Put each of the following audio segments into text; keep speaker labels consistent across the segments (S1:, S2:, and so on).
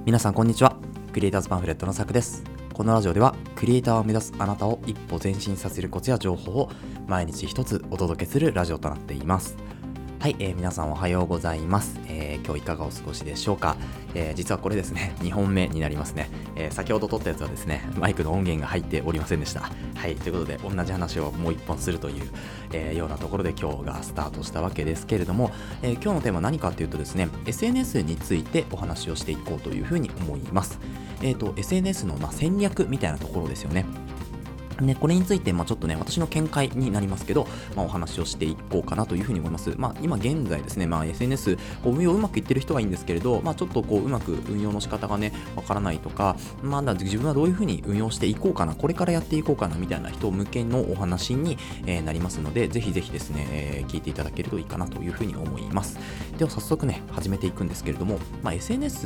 S1: 皆さんこんにちは。クリエイターズパンフレットのさくです。このラジオではクリエイターを目指すあなたを一歩前進させるコツや情報を毎日一つお届けするラジオとなっています。はい、皆さんおはようございます。今日いかがお過ごしでしょうか。実はこれですね、2本目になりますね。先ほど撮ったやつはですね、マイクの音源が入っておりませんでした。はい、ということで同じ話をもう一本するという、ようなところで今日がスタートしたわけですけれども、今日のテーマは何かというとですね、SNS についてお話をしていこうというふうに思います。SNS の戦略みたいなところですよね。でこれについて、ちょっとね、私の見解になりますけど、お話をしていこうかなというふうに思います。今現在ですね、SNS、運用うまくいってる人はいいんですけれど、ちょっとうまく運用の仕方がね、わからないとか、まだ自分はどういうふうに運用していこうかな、これからやっていこうかな、みたいな人向けのお話に、なりますので、ぜひぜひですね、聞いていただけるといいかなというふうに思います。では早速ね、始めていくんですけれども、SNS って、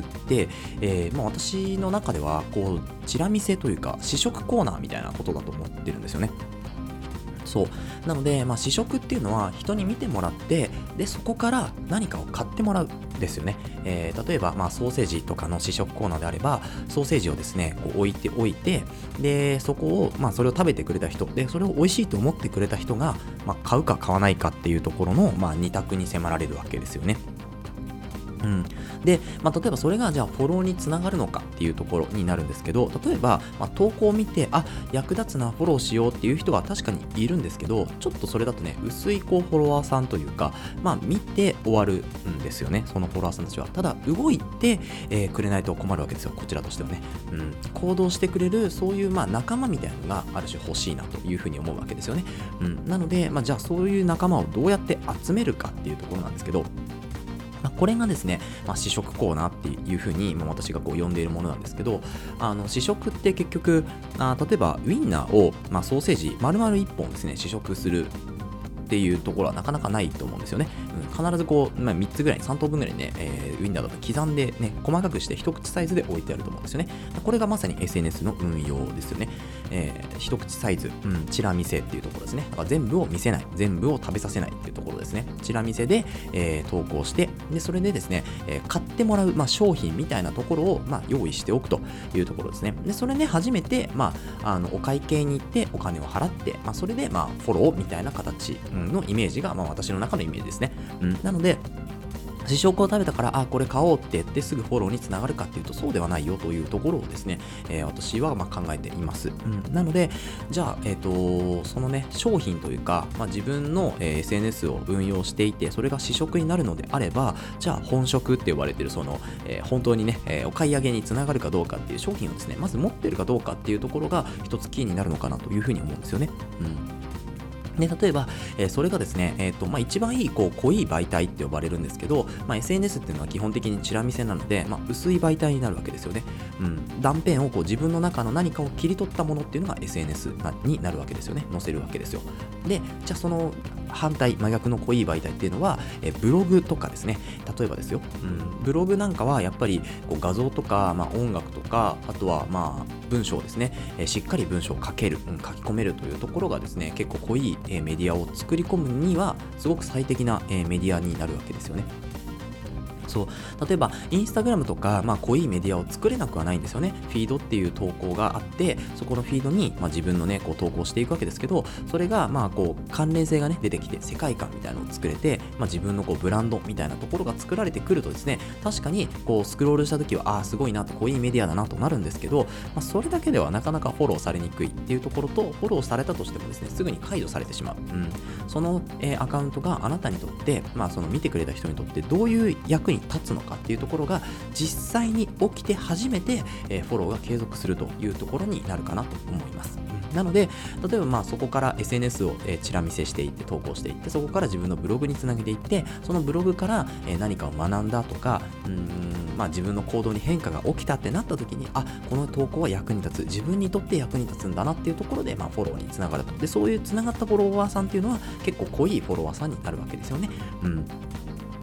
S1: 私の中では、チラ見せというか、試食コーナーみたいなことだと思ってるんですよね。そうなので、試食っていうのは人に見てもらって、でそこから何かを買ってもらうですよね。例えば、ソーセージとかの試食コーナーであれば、ソーセージをですね置いておいて、でそこを、それを食べてくれた人で、それを美味しいと思ってくれた人が、買うか買わないかっていうところの、二択に迫られるわけですよね。で、例えばそれがじゃあフォローにつながるのかっていうところになるんですけど、例えば、投稿を見て役立つな、フォローしようっていう人は確かにいるんですけど、ちょっとそれだとね、薄いフォロワーさんというか、見て終わるんですよね、そのフォロワーさんたちは。ただ動いて、くれないと困るわけですよ、こちらとしてはね。行動してくれるそういう仲間みたいなのがある種欲しいなというふうに思うわけですよね。なので、じゃあそういう仲間をどうやって集めるかっていうところなんですけど、これがですね、試食コーナーっていうふうに、私が呼んでいるものなんですけど、試食って結局、例えばウインナーを、ソーセージ丸々1本ですね、試食するっていうところはなかなかないと思うんですよね。必ず3つぐらい、3等分ぐらいね、ウインナーだと刻んでね、細かくして一口サイズで置いてあると思うんですよね。これがまさに SNS の運用ですよね。一口サイズ、チラ見せっていうところですね。だから全部を見せない、全部を食べさせないっていうところですね。チラ見せで、投稿して、でそれでですね、買ってもらう、商品みたいなところを、用意しておくというところですね。でそれで初めて、お会計に行ってお金を払って、それで、フォローみたいな形のイメージが、私の中のイメージですね。なので、試食を食べたからこれ買おうって言ってすぐフォローにつながるかっていうとそうではないよというところをですね、私は考えています。なので、じゃあ、そのね商品というか、自分の、SNS を運用していてそれが試食になるのであれば、じゃあ本職って呼ばれているその、本当にね、お買い上げにつながるかどうかっていう商品をですねまず持ってるかどうかっていうところが一つキーになるのかなというふうに思うんですよね。で例えば、それがですね、一番いい濃い媒体って呼ばれるんですけど、SNS っていうのは基本的にチラ見せなので、薄い媒体になるわけですよね。断片を自分の中の何かを切り取ったものっていうのが SNS になるわけですよね。載せるわけですよ。で、じゃあその反対、真逆の濃い媒体っていうのは、ブログとかですね。例えばですよ、ブログなんかはやっぱり画像とか、音楽とか、あとは文章ですね、しっかり文章を書ける、書き込めるというところがですね、結構濃いメディアを作り込むにはすごく最適なメディアになるわけですよね。例えばインスタグラムとか、濃いメディアを作れなくはないんですよね。フィードっていう投稿があって、そこのフィードに、自分のね投稿していくわけですけど、それが関連性がね出てきて世界観みたいなのを作れて、自分のブランドみたいなところが作られてくるとですね、確かにスクロールした時はすごいなと、濃いメディアだなとなるんですけど、それだけではなかなかフォローされにくいっていうところと、フォローされたとしてもですねすぐに解除されてしまう、その、アカウントがあなたにとって、その見てくれた人にとってどういう役に立つのかっていうところが実際に起きて初めて、フォローが継続するというところになるかなと思います。なので例えばそこから SNS を、チラ見せしていって投稿していって、そこから自分のブログにつなげていって、そのブログから、何かを学んだとか、自分の行動に変化が起きたってなった時に、この投稿は役に立つ、自分にとって役に立つんだなっていうところで、フォローにつながると。でそういうつながったフォロワーさんっていうのは結構濃いフォロワーさんになるわけですよね。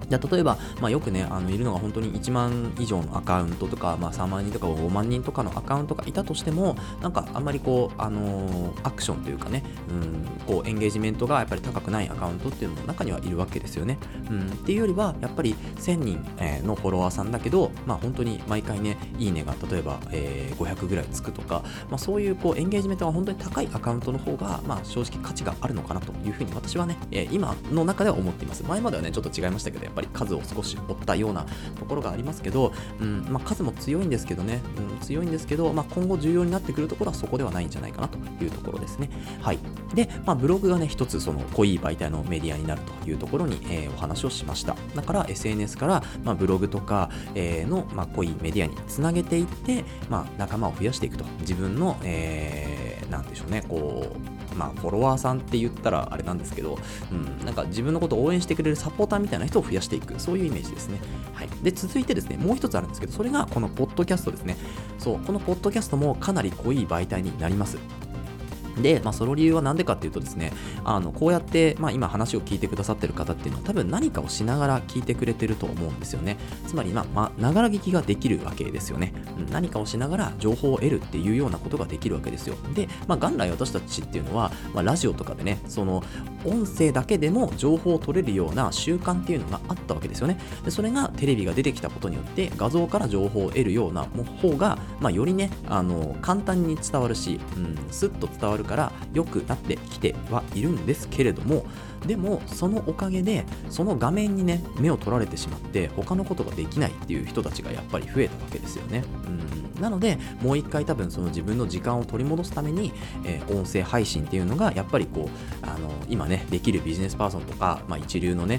S1: 例えば、よくね、いるのが本当に1万以上のアカウントとか、3万人とか5万人とかのアカウントがいたとしても、なんかあんまりアクションというかね、エンゲージメントがやっぱり高くないアカウントっていうのも中にはいるわけですよね。っていうよりは、やっぱり1000人のフォロワーさんだけど、本当に毎回ね、いいねが例えば、500ぐらいつくとか、そういうエンゲージメントが本当に高いアカウントの方が、正直価値があるのかなというふうに私はね、今の中では思っています。前まではね、ちょっと違いましたけど、やっぱり数を少し追ったようなところがありますけど、数も強いんですけどね、強いんですけど、今後重要になってくるところはそこではないんじゃないかなというところですね。はい。で、ブログがね、一つその濃い媒体のメディアになるというところに、お話をしました。だから SNS から、ブログとか、の、濃いメディアにつなげていって、仲間を増やしていくと。自分の、なんでしょうね、フォロワーさんって言ったらあれなんですけど、なんか自分のことを応援してくれるサポーターみたいな人を増やしていく、そういうイメージですね。はい。で、続いてですね、もう一つあるんですけど、それがこのポッドキャストですね。そう、このポッドキャストもかなり濃い媒体になります。で、その理由は何でかっていうとですね、こうやって、今話を聞いてくださってる方っていうのは多分何かをしながら聞いてくれてると思うんですよね。つまり、ながら聞きができるわけですよね。何かをしながら情報を得るっていうようなことができるわけですよ。で、元来私たちっていうのは、ラジオとかでね、その音声だけでも情報を取れるような習慣っていうのがあったわけですよね。で、それがテレビが出てきたことによって画像から情報を得るような方が、よりね、簡単に伝わるし、スッと伝わるから良くなってきてはいるんですけれども、でもそのおかげでその画面にね目を取られてしまって他のことができないっていう人たちがやっぱり増えたわけですよね。なのでもう一回多分その自分の時間を取り戻すために、音声配信っていうのがやっぱり今ねできるビジネスパーソンとか、一流のね、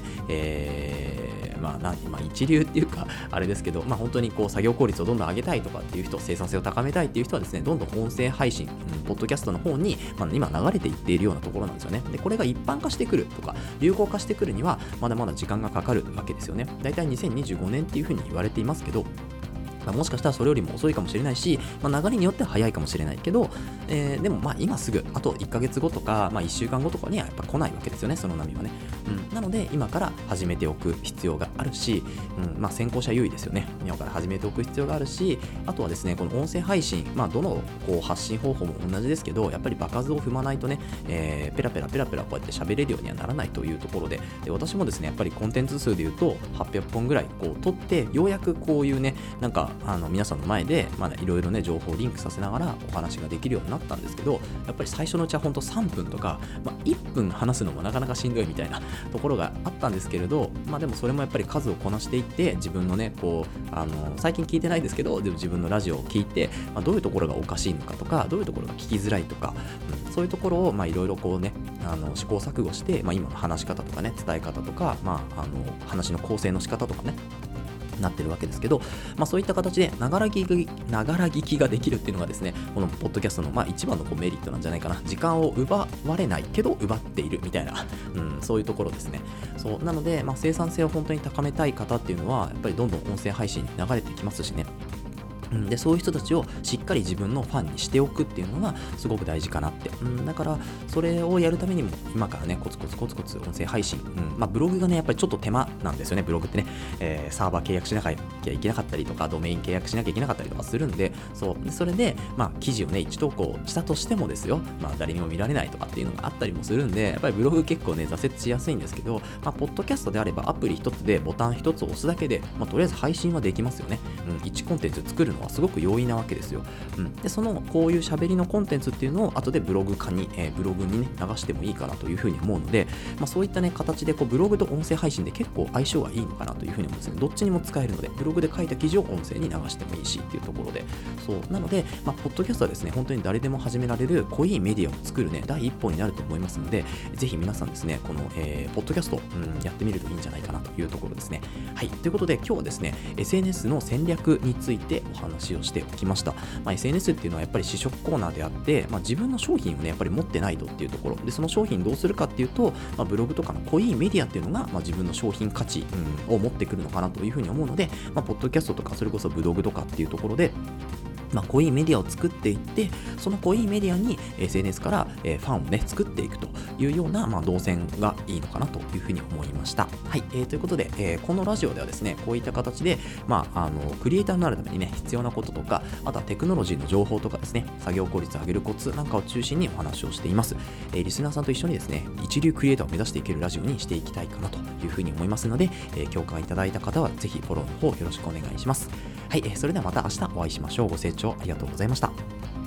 S1: 一流っていうかあれですけど、本当に作業効率をどんどん上げたいとかっていう人、生産性を高めたいっていう人はですね、どんどん音声配信、ポッドキャストの方に、今流れていっているようなところなんですよね。で、これが一般化してくるとか流行化してくるにはまだまだ時間がかかるわけですよね。だいたい2025年っていうふうに言われていますけど、もしかしたらそれよりも遅いかもしれないし、流れによっては早いかもしれないけど、でも今すぐあと1ヶ月後とか、1週間後とかにはやっぱ来ないわけですよね、その波はね。なので今から始めておく必要があるし、先行者優位ですよね。今から始めておく必要があるし、あとはですね、この音声配信、どの発信方法も同じですけど、やっぱり場数を踏まないとね、ペラペラこうやって喋れるようにはならないというところで、私もですね、やっぱりコンテンツ数で言うと800本ぐらい撮って、ようやくこういうね、なんか皆さんの前でいろいろね情報をリンクさせながらお話ができるようになったんですけど、やっぱり最初のうちは本当3分とか、1分話すのもなかなかしんどいみたいなところがあったんですけれど、でもそれもやっぱり数をこなしていって、自分のね最近聞いてないですけど、でも自分のラジオを聞いて、どういうところがおかしいのかとか、どういうところが聞きづらいとか、そういうところをいろいろ試行錯誤して、今の話し方とかね、伝え方とか、話の構成の仕方とかねなってるわけですけど、そういった形でながら聞きができるっていうのがですね、このポッドキャストの一番のメリットなんじゃないかな。時間を奪われないけど奪っているみたいな、そういうところですね。そうなので、生産性を本当に高めたい方っていうのはやっぱりどんどん音声配信に流れてきますしね。でそういう人たちをしっかり自分のファンにしておくっていうのがすごく大事かなって、だからそれをやるためにも今からねコツコツ音声配信、ブログがねやっぱりちょっと手間なんですよね。ブログってね、サーバー契約しなきゃいけなかったりとか、ドメイン契約しなきゃいけなかったりとかするんで、それで記事をね1投稿したとしてもですよ、誰にも見られないとかっていうのがあったりもするんで、やっぱりブログ結構ね挫折しやすいんですけど、ポッドキャストであればアプリ一つでボタン一つ押すだけで、とりあえず配信はできますよね。1コンテンツ作るのはすごく容易なわけですよ。でこういう喋りのコンテンツっていうのを後でブログにね流してもいいかなというふうに思うので、そういったね形でブログと音声配信で結構相性がいいのかなというふうに思うんですね。どっちにも使えるので、ブログで書いた記事を音声に流してもいいしっていうところで、なのでポッドキャストはですね本当に誰でも始められる濃いメディアを作るね第一歩になると思いますので、ぜひ皆さんですねこの、ポッドキャスト、やってみるといいんじゃないかなというところですね。はい、ということで今日はですね SNS の戦略についてお話をしておきました。SNS っていうのはやっぱり試食コーナーであって、自分の商品をねやっぱり持ってないとっていうところで、その商品どうするかっていうと、ブログとかの濃いメディアっていうのが、自分の商品価値、を持ってくるのかなというふうに思うので、ポッドキャストとかそれこそブログとかっていうところで濃いメディアを作っていって、その濃いメディアに SNS から、ファンをね作っていくというような、動線がいいのかなというふうに思いました。はい、ということで、このラジオではですね、こういった形で、クリエイターになるためにね必要なこととか、あとはテクノロジーの情報とかですね、作業効率を上げるコツなんかを中心にお話をしています。リスナーさんと一緒にですね、一流クリエイターを目指していけるラジオにしていきたいかなというふうに思いますので、共感いただいた方はぜひフォローの方よろしくお願いします。はい、それではまた明日お会いしましょう。ご清聴ありがとうございました。